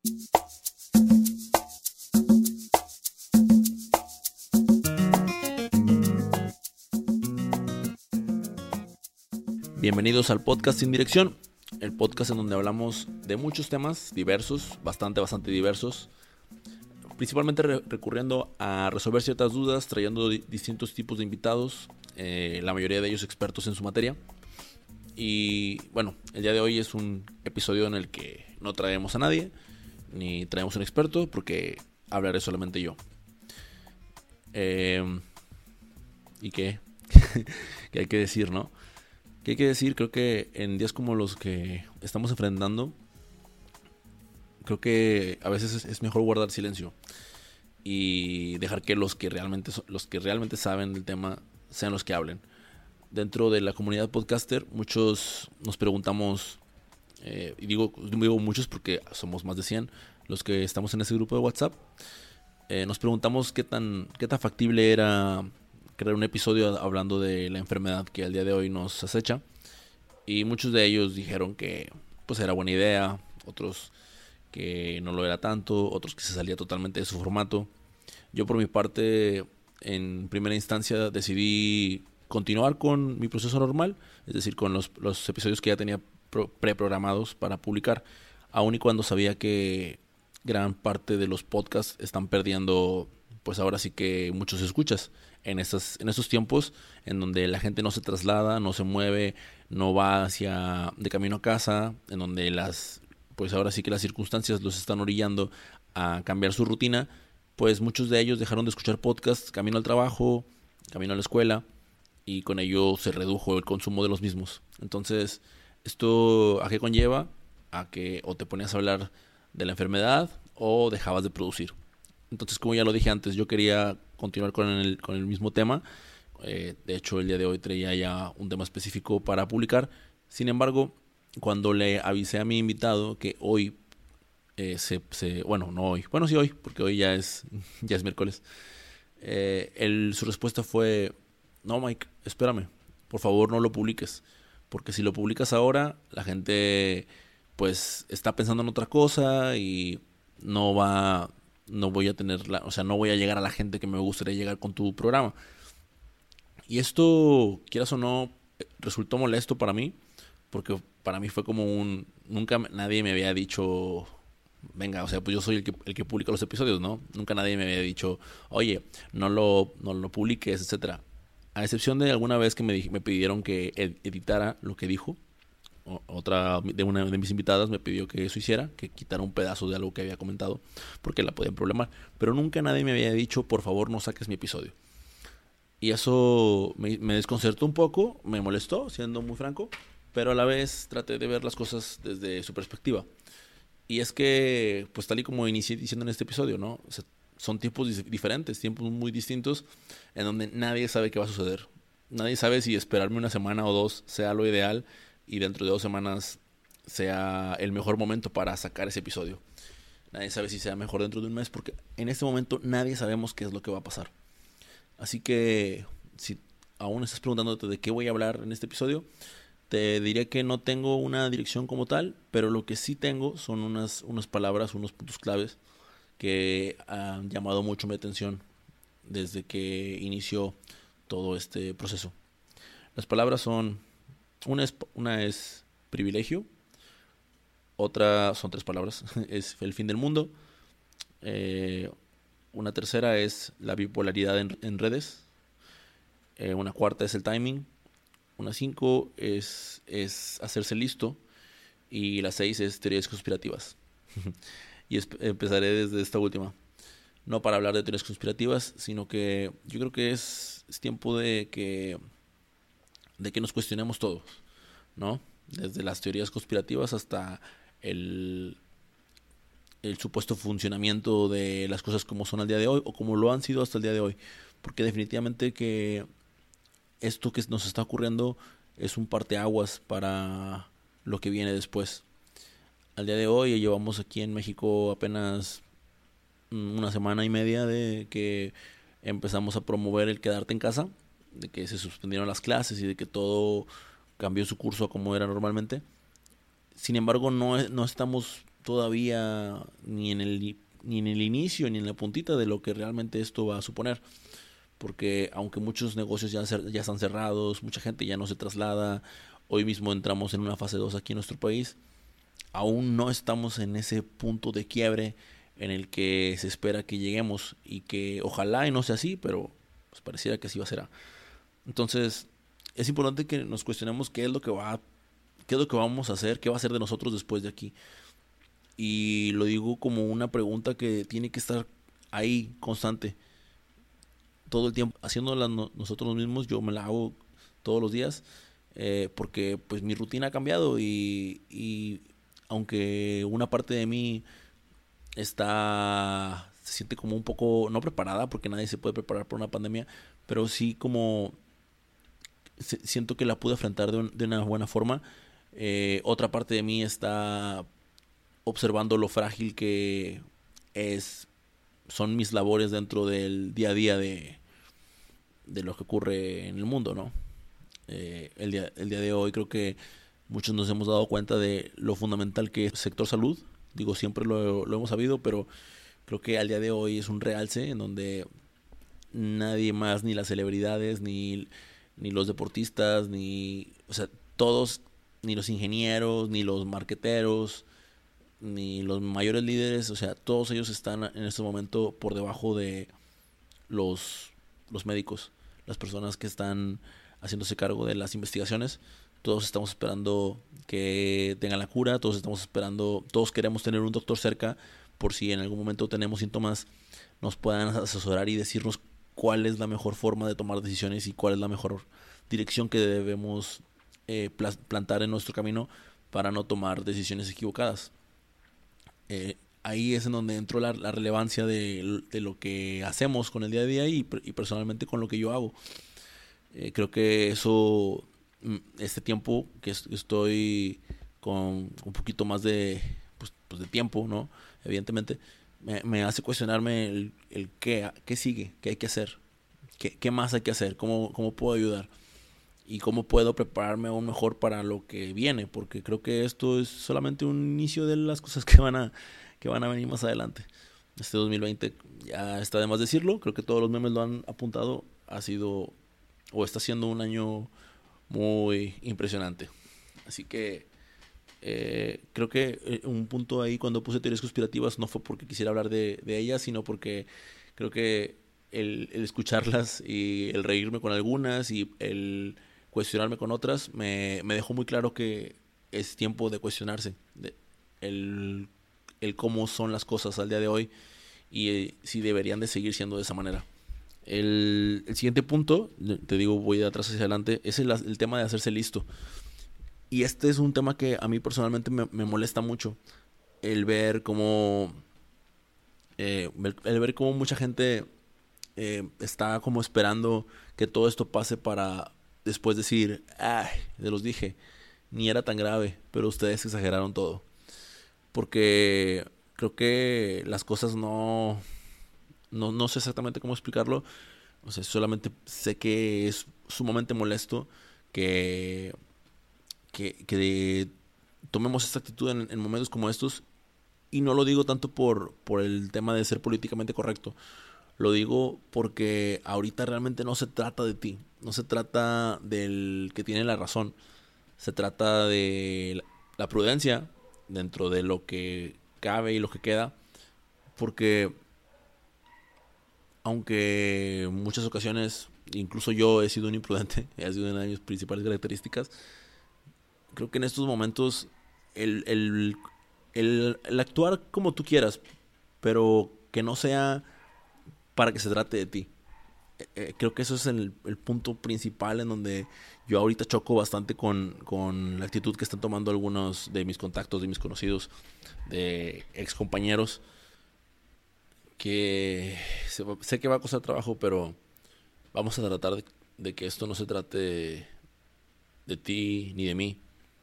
Bienvenidos al podcast Sin Dirección, el podcast en donde hablamos de muchos temas diversos, bastante diversos, principalmente recurriendo a resolver ciertas dudas, trayendo distintos tipos de invitados, la mayoría de ellos expertos en su materia. Y bueno, el día de hoy es un episodio en el que no traemos a nadie, ni traemos un experto, porque hablaré solamente yo. ¿Y qué? ¿Qué hay que decir, no? ¿Qué hay que decir? Creo que en días como los que estamos enfrentando, creo que a veces es mejor guardar silencio y dejar que los que realmente saben del tema sean los que hablen. Dentro de la comunidad podcaster, muchos nos preguntamos, y digo muchos porque somos más de 100 los que estamos en ese grupo de WhatsApp, nos preguntamos qué tan factible era crear un episodio hablando de la enfermedad que al día de hoy nos acecha, y muchos de ellos dijeron que pues era buena idea, otros que no lo era tanto, otros que se salía totalmente de su formato. Yo por mi parte, en primera instancia decidí continuar con mi proceso normal, es decir, con los episodios que ya tenía preprogramados para publicar, aun y cuando sabía que gran parte de los podcasts están perdiendo, pues ahora sí que muchos escuchas en estos tiempos en donde la gente no se traslada, no se mueve, no va de camino a casa, en donde pues ahora sí que las circunstancias los están orillando a cambiar su rutina. Pues muchos de ellos dejaron de escuchar podcasts camino al trabajo, camino a la escuela, y con ello se redujo el consumo de los mismos. Entonces, ¿esto a qué conlleva? A que o te ponías a hablar de la enfermedad o dejabas de producir. Entonces, como ya lo dije antes, yo quería continuar con el mismo tema. De hecho, el día de hoy traía ya un tema específico para publicar. Sin embargo, cuando le avisé a mi invitado que hoy no hoy, bueno sí hoy, porque hoy ya es miércoles, su respuesta fue: no, Mike, espérame, por favor no lo publiques, porque si lo publicas ahora la gente pues está pensando en otra cosa y no voy a no voy a llegar a la gente que me gustaría llegar con tu programa. Y esto, quieras o no, resultó molesto para mí, porque para mí fue como nunca nadie me había dicho, venga, o sea, pues yo soy el que publica los episodios, ¿no? Nunca nadie me había dicho, oye, no lo publiques, etcétera. A excepción de alguna vez que me pidieron que editara lo que dijo. Otra de una de mis invitadas me pidió que eso hiciera, que quitara un pedazo de algo que había comentado, porque la podían problemar. Pero nunca nadie me había dicho, por favor no saques mi episodio. Y eso me desconcertó un poco, me molestó, siendo muy franco, pero a la vez traté de ver las cosas desde su perspectiva. Y es que, pues tal y como inicié diciendo en este episodio, ¿no? O sea, son tiempos diferentes, tiempos muy distintos, en donde nadie sabe qué va a suceder. Nadie sabe si esperarme una semana o dos sea lo ideal y dentro de 2 semanas sea el mejor momento para sacar ese episodio. Nadie sabe si sea mejor dentro de un mes, porque en este momento nadie sabemos qué es lo que va a pasar. Así que si aún estás preguntándote de qué voy a hablar en este episodio, te diría que no tengo una dirección como tal, pero lo que sí tengo son unas palabras, unos puntos claves que han llamado mucho mi atención desde que inició todo este proceso. Las palabras son: una es privilegio, otra son 3 palabras, es el fin del mundo, una tercera es la bipolaridad en redes, una cuarta es el timing, una 5 es hacerse listo, y la 6 es teorías conspirativas. Y empezaré desde esta última. No para hablar de teorías conspirativas, sino que yo creo que es tiempo de que nos cuestionemos todos, ¿no? Desde las teorías conspirativas hasta el supuesto funcionamiento de las cosas como son al día de hoy, o como lo han sido hasta el día de hoy. Porque definitivamente que esto que nos está ocurriendo es un parteaguas para lo que viene después. Al día de hoy llevamos aquí en México apenas una semana y media de que empezamos a promover el quedarte en casa, de que se suspendieron las clases y de que todo cambió su curso a como era normalmente. Sin embargo, no estamos todavía ni en el inicio ni en la puntita de lo que realmente esto va a suponer. Porque aunque muchos negocios ya están cerrados, mucha gente ya no se traslada, hoy mismo entramos en una fase 2 aquí en nuestro país, aún no estamos en ese punto de quiebre en el que se espera que lleguemos y que ojalá y no sea así, pero pues pareciera que así va a ser. Entonces, es importante que nos cuestionemos qué es lo que vamos a hacer, qué va a ser de nosotros después de aquí. Y lo digo como una pregunta que tiene que estar ahí constante todo el tiempo, haciéndola nosotros mismos. Yo me la hago todos los días, porque pues mi rutina ha cambiado y aunque una parte de mí se siente como un poco no preparada, porque nadie se puede preparar por una pandemia, pero sí como siento que la pude enfrentar de una buena forma. Otra parte de mí está observando lo frágil que es son mis labores dentro del día a día de lo que ocurre en el mundo, ¿no? El día de hoy creo que muchos nos hemos dado cuenta de lo fundamental que es el sector salud. Digo, siempre lo hemos sabido, pero creo que al día de hoy es un realce en donde nadie más, ni las celebridades, ni los deportistas, o sea, todos, ni los ingenieros, ni los marqueteros, ni los mayores líderes, o sea, todos ellos están en este momento por debajo de los, los médicos, las personas que están haciéndose cargo de las investigaciones. Todos estamos esperando que tengan la cura, todos queremos tener un doctor cerca por si en algún momento tenemos síntomas, nos puedan asesorar y decirnos cuál es la mejor forma de tomar decisiones y cuál es la mejor dirección que debemos plantar en nuestro camino para no tomar decisiones equivocadas. Ahí es en donde entró la relevancia de lo que hacemos con el día a día y personalmente con lo que yo hago. Creo que eso, este tiempo que estoy con un poquito más pues de tiempo, ¿no? Evidentemente, me hace cuestionarme el qué sigue, qué hay que hacer, qué más hay que hacer, cómo puedo ayudar y cómo puedo prepararme aún mejor para lo que viene, porque creo que esto es solamente un inicio de las cosas que van a venir más adelante. Este 2020 ya está de más decirlo, creo que todos los memes lo han apuntado, ha sido o está siendo un año muy impresionante. Así que creo que un punto ahí cuando puse teorías conspirativas no fue porque quisiera hablar de ellas, sino porque creo que el escucharlas y el reírme con algunas y el cuestionarme con otras me dejó muy claro que es tiempo de cuestionarse el cómo son las cosas al día de hoy y si deberían de seguir siendo de esa manera. El siguiente punto, te digo, voy de atrás hacia adelante, es el tema de hacerse listo. Y este es un tema que a mí personalmente me molesta mucho. El ver cómo, el ver cómo mucha gente está como esperando que todo esto pase para después decir, ay, se los dije, ni era tan grave, pero ustedes exageraron todo. Porque creo que las cosas no sé exactamente cómo explicarlo. O sea, solamente sé que es sumamente molesto que, que tomemos esta actitud en momentos como estos. Y no lo digo tanto por el tema de ser políticamente correcto. Lo digo porque ahorita realmente no se trata de ti. No se trata del que tiene la razón. Se trata de la prudencia dentro de lo que cabe y lo que queda. Porque aunque en muchas ocasiones, incluso yo he sido un imprudente, he sido una de mis principales características, creo que en estos momentos el, el, el actuar como tú quieras, pero que no sea para que se trate de ti. Creo que eso es el punto principal en donde yo ahorita choco bastante con la actitud que están tomando algunos de mis contactos, de mis conocidos, de ex compañeros, que sé que va a costar trabajo, pero vamos a tratar de que esto no se trate de ti ni de mí,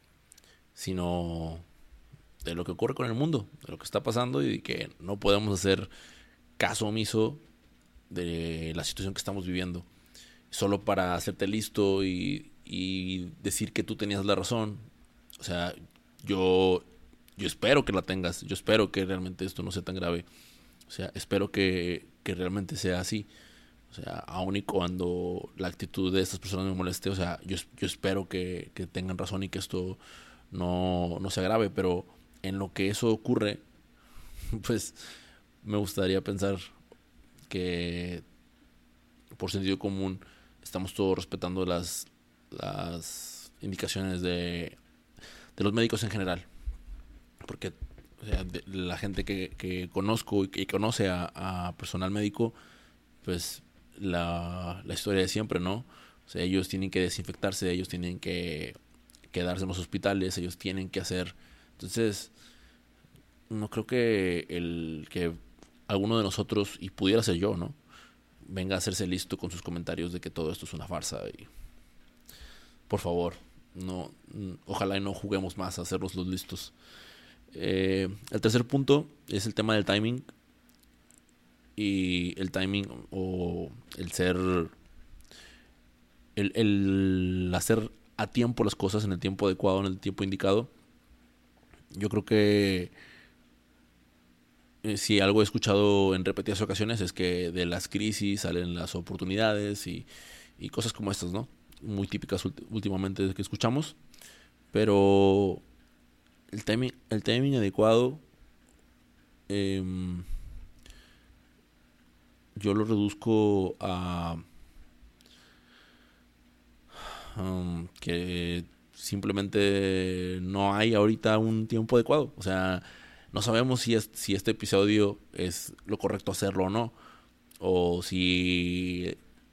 sino de lo que ocurre con el mundo, de lo que está pasando y de que no podemos hacer caso omiso de la situación que estamos viviendo solo para hacerte listo y decir que tú tenías la razón. O sea, yo yo espero que la tengas, yo espero que realmente esto no sea tan grave. O sea, espero que realmente sea así. O sea, aun y cuando la actitud de estas personas me moleste, o sea, yo espero que tengan razón y que esto no sea grave, pero en lo que eso ocurre, pues me gustaría pensar que por sentido común estamos todos respetando las indicaciones de los médicos en general. Porque o sea, la gente que conozco y que conoce a personal médico, pues la historia de siempre, ¿no? O sea, ellos tienen que desinfectarse, ellos tienen que quedarse en los hospitales, ellos tienen que hacer. Entonces, no creo que alguno de nosotros, y pudiera ser yo, ¿no?, venga a hacerse listo con sus comentarios de que todo esto es una farsa. Y por favor, no, ojalá y no juguemos más a hacernos los listos. El tercer punto es el tema del timing. Y el timing o el ser el hacer a tiempo las cosas en el tiempo adecuado, en el tiempo indicado. Yo creo que si algo he escuchado en repetidas ocasiones es que de las crisis salen las oportunidades y cosas como estas, ¿no? Muy típicas últimamente que escuchamos. Pero el timing adecuado, eh, yo lo reduzco a que simplemente no hay ahorita un tiempo adecuado. O sea, no sabemos si este episodio es lo correcto hacerlo o no. O si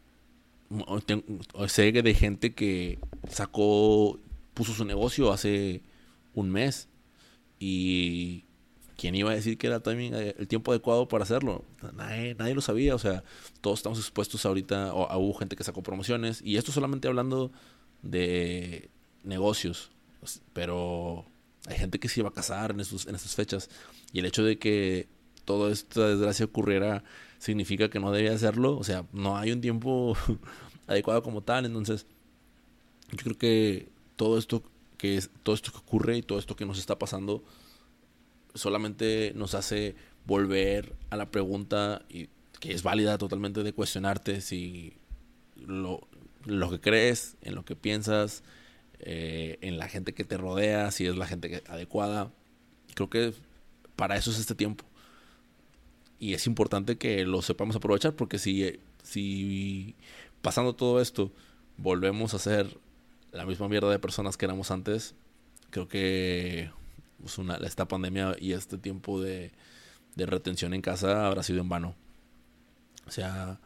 o sé de gente que puso su negocio hace un mes. Y ¿quién iba a decir que era también el tiempo adecuado para hacerlo? Nadie lo sabía. O sea, todos estamos expuestos ahorita. Hubo gente que sacó promociones. Y esto solamente hablando de negocios. Pero hay gente que se iba a casar en estas fechas. Y el hecho de que toda esta desgracia ocurriera significa que no debía hacerlo. O sea, no hay un tiempo adecuado como tal. Entonces, yo creo que todo esto que ocurre y todo esto que nos está pasando solamente nos hace volver a la pregunta, y que es válida totalmente, de cuestionarte si lo que crees, en lo que piensas, en la gente que te rodea, si es la gente adecuada. Creo que para eso es este tiempo. Y es importante que lo sepamos aprovechar, porque si pasando todo esto volvemos a ser la misma mierda de personas que éramos antes, creo que pues, esta pandemia y este tiempo de retención en casa habrá sido en vano. O sea,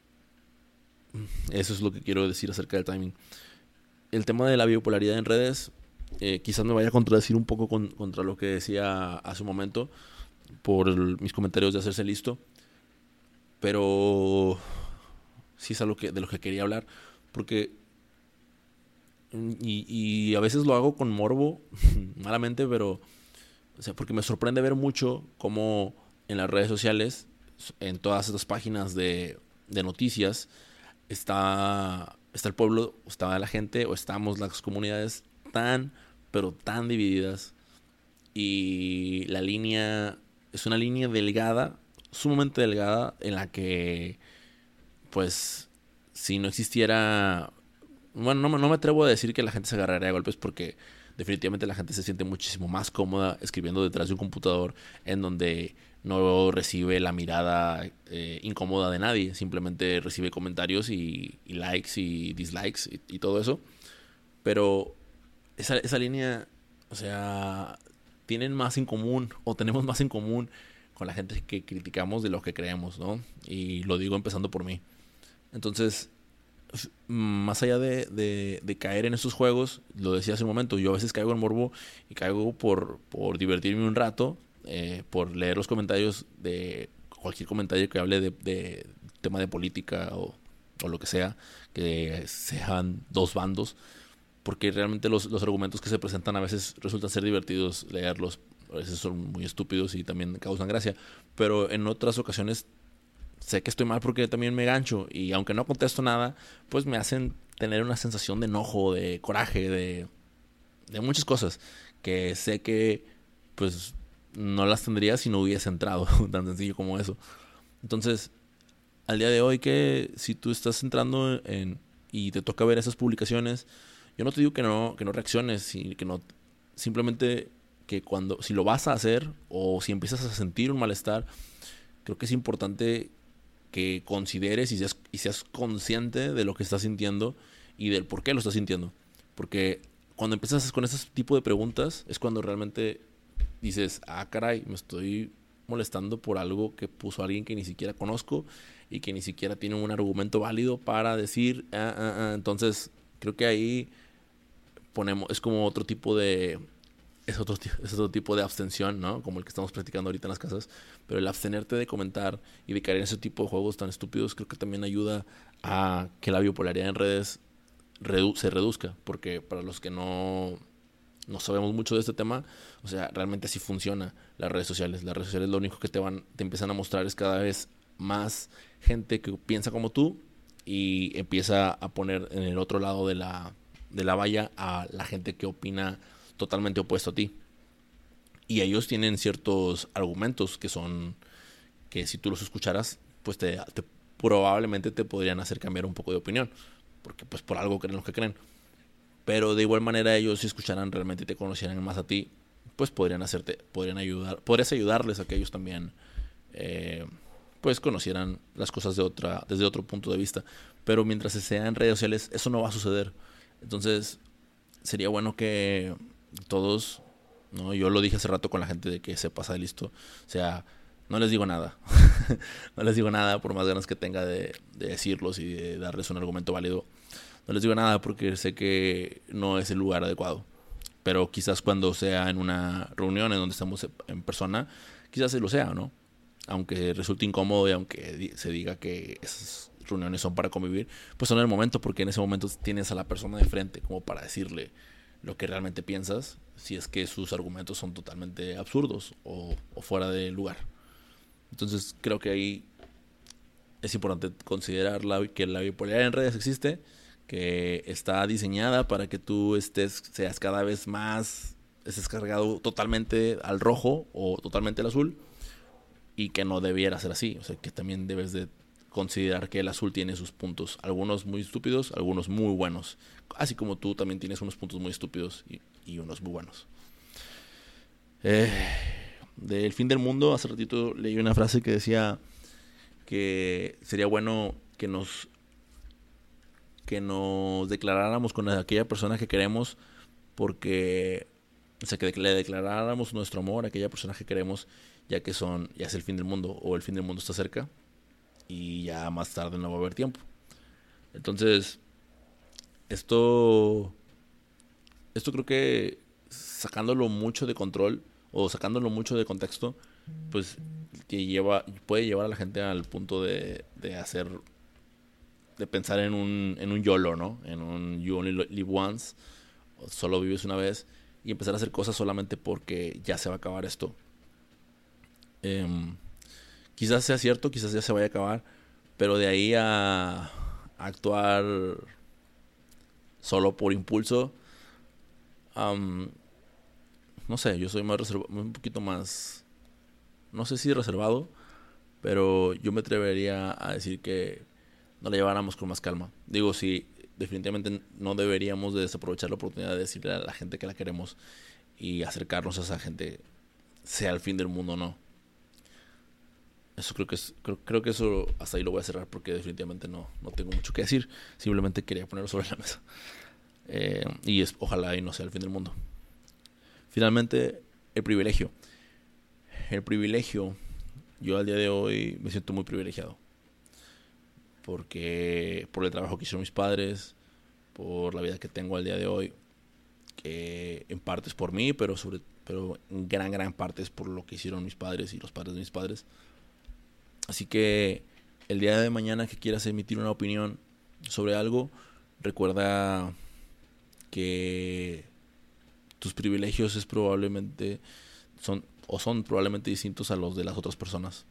eso es lo que quiero decir acerca del timing. El tema de la bipolaridad en redes, quizás me vaya a contradecir un poco contra lo que decía hace un momento por mis comentarios de hacerse listo, pero sí es algo de lo que quería hablar, porque y a veces lo hago con morbo, malamente, pero o sea, porque me sorprende ver mucho cómo en las redes sociales, en todas estas páginas de noticias, está el pueblo, está la gente, o estamos las comunidades tan, pero tan divididas. Y la línea es una línea delgada, sumamente delgada, en la que, pues, si no existiera... Bueno, no me atrevo a decir que la gente se agarraría a golpes, porque definitivamente la gente se siente muchísimo más cómoda escribiendo detrás de un computador en donde no recibe la mirada incómoda de nadie. Simplemente recibe comentarios y likes y dislikes y todo eso. Pero esa línea, o sea, tienen más en común, o tenemos más en común con la gente que criticamos de lo que creemos, ¿no? Y lo digo empezando por mí. Entonces, más allá de caer en estos juegos, lo decía hace un momento, yo a veces caigo en morbo y caigo por divertirme un rato, por leer los comentarios de cualquier comentario que hable de tema de política o lo que sea, que sean dos bandos, porque realmente los argumentos que se presentan a veces resultan ser divertidos leerlos, a veces son muy estúpidos y también causan gracia, pero en otras ocasiones sé que estoy mal porque también me gancho, y aunque no contesto nada, pues me hacen tener una sensación de enojo, de coraje, de muchas cosas que sé que pues no las tendría si no hubiese entrado, tan sencillo como eso. Entonces, al día de hoy, que si tú estás entrando y te toca ver esas publicaciones, yo no te digo que no reacciones, y que no, simplemente que si lo vas a hacer o si empiezas a sentir un malestar, creo que es importante que consideres y seas consciente de lo que estás sintiendo y del por qué lo estás sintiendo. Porque cuando empiezas con ese tipo de preguntas es cuando realmente dices, ah, caray, me estoy molestando por algo que puso alguien que ni siquiera conozco y que ni siquiera tiene un argumento válido para decir, Entonces, creo que ahí es como otro tipo de... Es otro tipo de abstención, ¿no? Como el que estamos practicando ahorita en las casas. Pero el abstenerte de comentar y de caer en ese tipo de juegos tan estúpidos creo que también ayuda a que la bipolaridad en redes se reduzca. Porque para los que no sabemos mucho de este tema, o sea, realmente así funciona las redes sociales. Las redes sociales lo único que te empiezan a mostrar es cada vez más gente que piensa como tú y empieza a poner en el otro lado de la valla a la gente que opina totalmente opuesto a ti. Y ellos tienen ciertos argumentos que si tú los escucharas, pues probablemente te podrían hacer cambiar un poco de opinión. Porque pues por algo creen lo que creen. Pero de igual manera ellos, si escucharan realmente y te conocieran más a ti, pues podrían podrías ayudarles a que ellos también pues conocieran las cosas desde otro punto de vista. Pero mientras sea en redes sociales, eso no va a suceder. Entonces, sería bueno que todos, ¿no? Yo lo dije hace rato con la gente de que se pasa de listo. O sea, no les digo nada. No les digo nada por más ganas que tenga de decirlos y de darles un argumento válido. No les digo nada porque sé que no es el lugar adecuado. Pero quizás cuando sea en una reunión en donde estamos en persona, quizás se lo sea, ¿no? Aunque resulte incómodo y aunque se diga que esas reuniones son para convivir, pues son el momento, porque en ese momento tienes a la persona de frente como para decirle lo que realmente piensas, si es que sus argumentos son totalmente absurdos o fuera de lugar. Entonces creo que ahí es importante considerar que la bipolaridad en redes existe, que está diseñada para que tú seas cada vez más, estés cargado totalmente al rojo o totalmente al azul, y que no debiera ser así. O sea, que también debes de considerar que el azul tiene sus puntos, algunos muy estúpidos, algunos muy buenos, así como tú también tienes unos puntos muy estúpidos y unos muy buenos. Del fin del mundo, hace ratito leí una frase que decía que sería bueno que nos declaráramos con aquella persona que queremos, porque, o sea, que le declaráramos nuestro amor a aquella persona que queremos, ya es el fin del mundo, o el fin del mundo está cerca y ya más tarde no va a haber tiempo. Entonces, esto creo que, sacándolo mucho de control o sacándolo mucho de contexto, pues puede llevar a la gente al punto de pensar en un YOLO, ¿no? En un You Only Live Once, o solo vives una vez, y empezar a hacer cosas solamente porque ya se va a acabar esto. Quizás sea cierto, quizás ya se vaya a acabar, pero de ahí a actuar solo por impulso, no sé, yo soy un poquito más, no sé si reservado, pero yo me atrevería a decir que no la lleváramos con más calma. Digo, sí, definitivamente no deberíamos de desaprovechar la oportunidad de decirle a la gente que la queremos y acercarnos a esa gente, sea el fin del mundo o no. Eso creo que eso hasta ahí lo voy a cerrar, porque definitivamente no tengo mucho que decir. Simplemente quería ponerlo sobre la mesa. Ojalá y no sea el fin del mundo. Finalmente, el privilegio. El privilegio, yo al día de hoy me siento muy privilegiado. Porque por el trabajo que hicieron mis padres, por la vida que tengo al día de hoy, que en parte es por mí, pero en gran parte es por lo que hicieron mis padres y los padres de mis padres. Así que el día de mañana que quieras emitir una opinión sobre algo, recuerda que tus privilegios son probablemente distintos a los de las otras personas.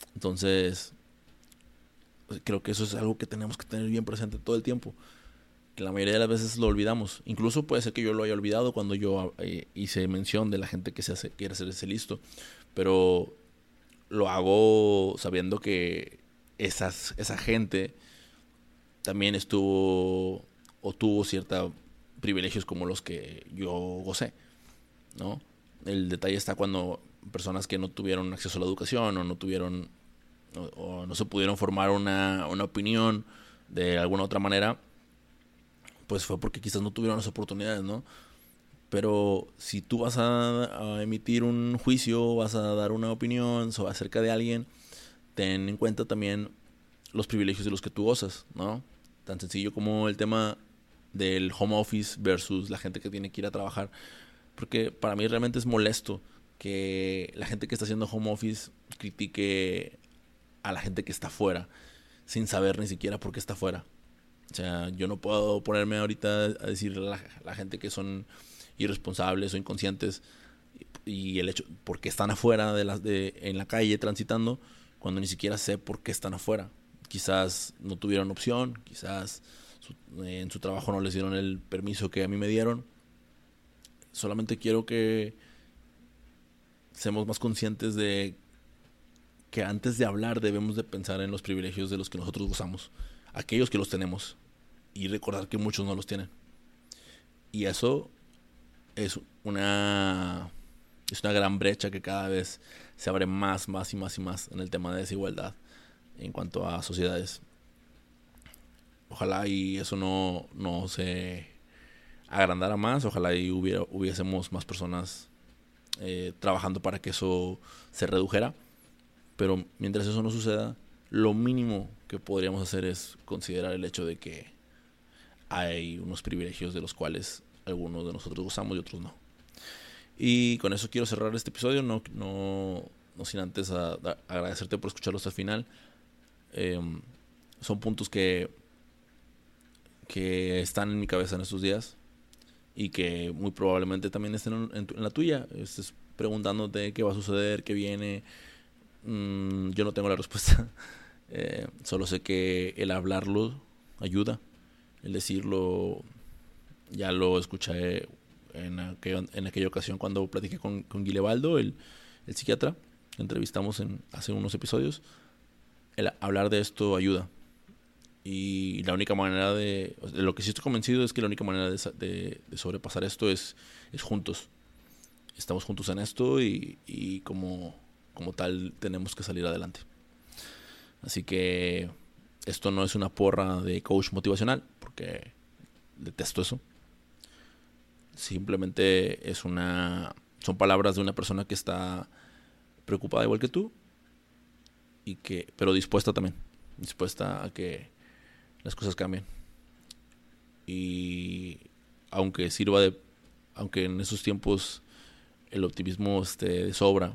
Entonces, creo que eso es algo que tenemos que tener bien presente todo el tiempo. que la mayoría de las veces lo olvidamos. Incluso puede ser que yo lo haya olvidado cuando yo hice mención de la gente que quiere hacerse listo. Pero lo hago sabiendo que esa gente también estuvo o tuvo ciertos privilegios como los que yo gocé, ¿no? El detalle está cuando personas que no tuvieron acceso a la educación o no tuvieron o no se pudieron formar una opinión de alguna otra manera, pues fue porque quizás no tuvieron las oportunidades, ¿no? Pero si tú vas a emitir un juicio, vas a dar una opinión acerca de alguien, ten en cuenta también los privilegios de los que tú gozas, ¿no? Tan sencillo como el tema del home office versus la gente que tiene que ir a trabajar. Porque para mí realmente es molesto que la gente que está haciendo home office critique a la gente que está afuera sin saber ni siquiera por qué está afuera. O sea, yo no puedo ponerme ahorita a decirle a la gente que son irresponsables o inconscientes y el hecho por qué están afuera en la calle transitando cuando ni siquiera sé por qué están afuera. Quizás no tuvieron opción, quizás en su trabajo no les dieron el permiso que a mí me dieron. Solamente quiero que seamos más conscientes de que antes de hablar debemos de pensar en los privilegios de los que nosotros gozamos, aquellos que los tenemos, y recordar que muchos no los tienen. Y eso es una gran brecha que cada vez se abre más y más en el tema de desigualdad en cuanto a sociedades. Ojalá y eso no se agrandara más, ojalá y hubiésemos más personas trabajando para que eso se redujera. Pero mientras eso no suceda, lo mínimo que podríamos hacer es considerar el hecho de que hay unos privilegios de los cuales algunos de nosotros gozamos y otros no. Y con eso quiero cerrar este episodio, no sin antes agradecerte por escucharlo hasta el final. Son puntos que están en mi cabeza en estos días y que muy probablemente también estén en la tuya. Estés preguntándote qué va a suceder, qué viene. Yo no tengo la respuesta. Solo sé que el hablarlo ayuda. El decirlo, ya lo escuché en aquella ocasión cuando platiqué con Guilebaldo, el psiquiatra que entrevistamos hace unos episodios. El hablar de esto ayuda. Y la única manera de lo que sí estoy convencido es que la única manera de sobrepasar esto es juntos. Estamos juntos en esto y como tal tenemos que salir adelante. Así que esto no es una porra de coach motivacional, porque detesto eso. Simplemente son palabras de una persona que está preocupada igual que tú pero dispuesta a que las cosas cambien. Y aunque en esos tiempos el optimismo esté de sobra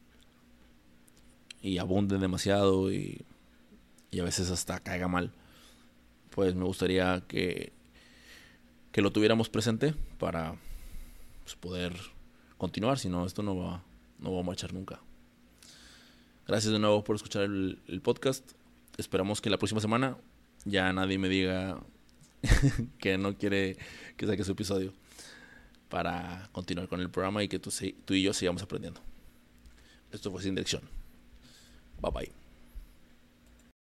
y abunde demasiado y a veces hasta caiga mal, pues me gustaría que lo tuviéramos presente para poder continuar. Si no, esto no va a marchar nunca. Gracias de nuevo por escuchar el podcast. Esperamos que la próxima semana ya nadie me diga que no quiere que saque su episodio, para continuar con el programa y que tú y yo sigamos aprendiendo. Esto fue Sin Dirección. Bye bye.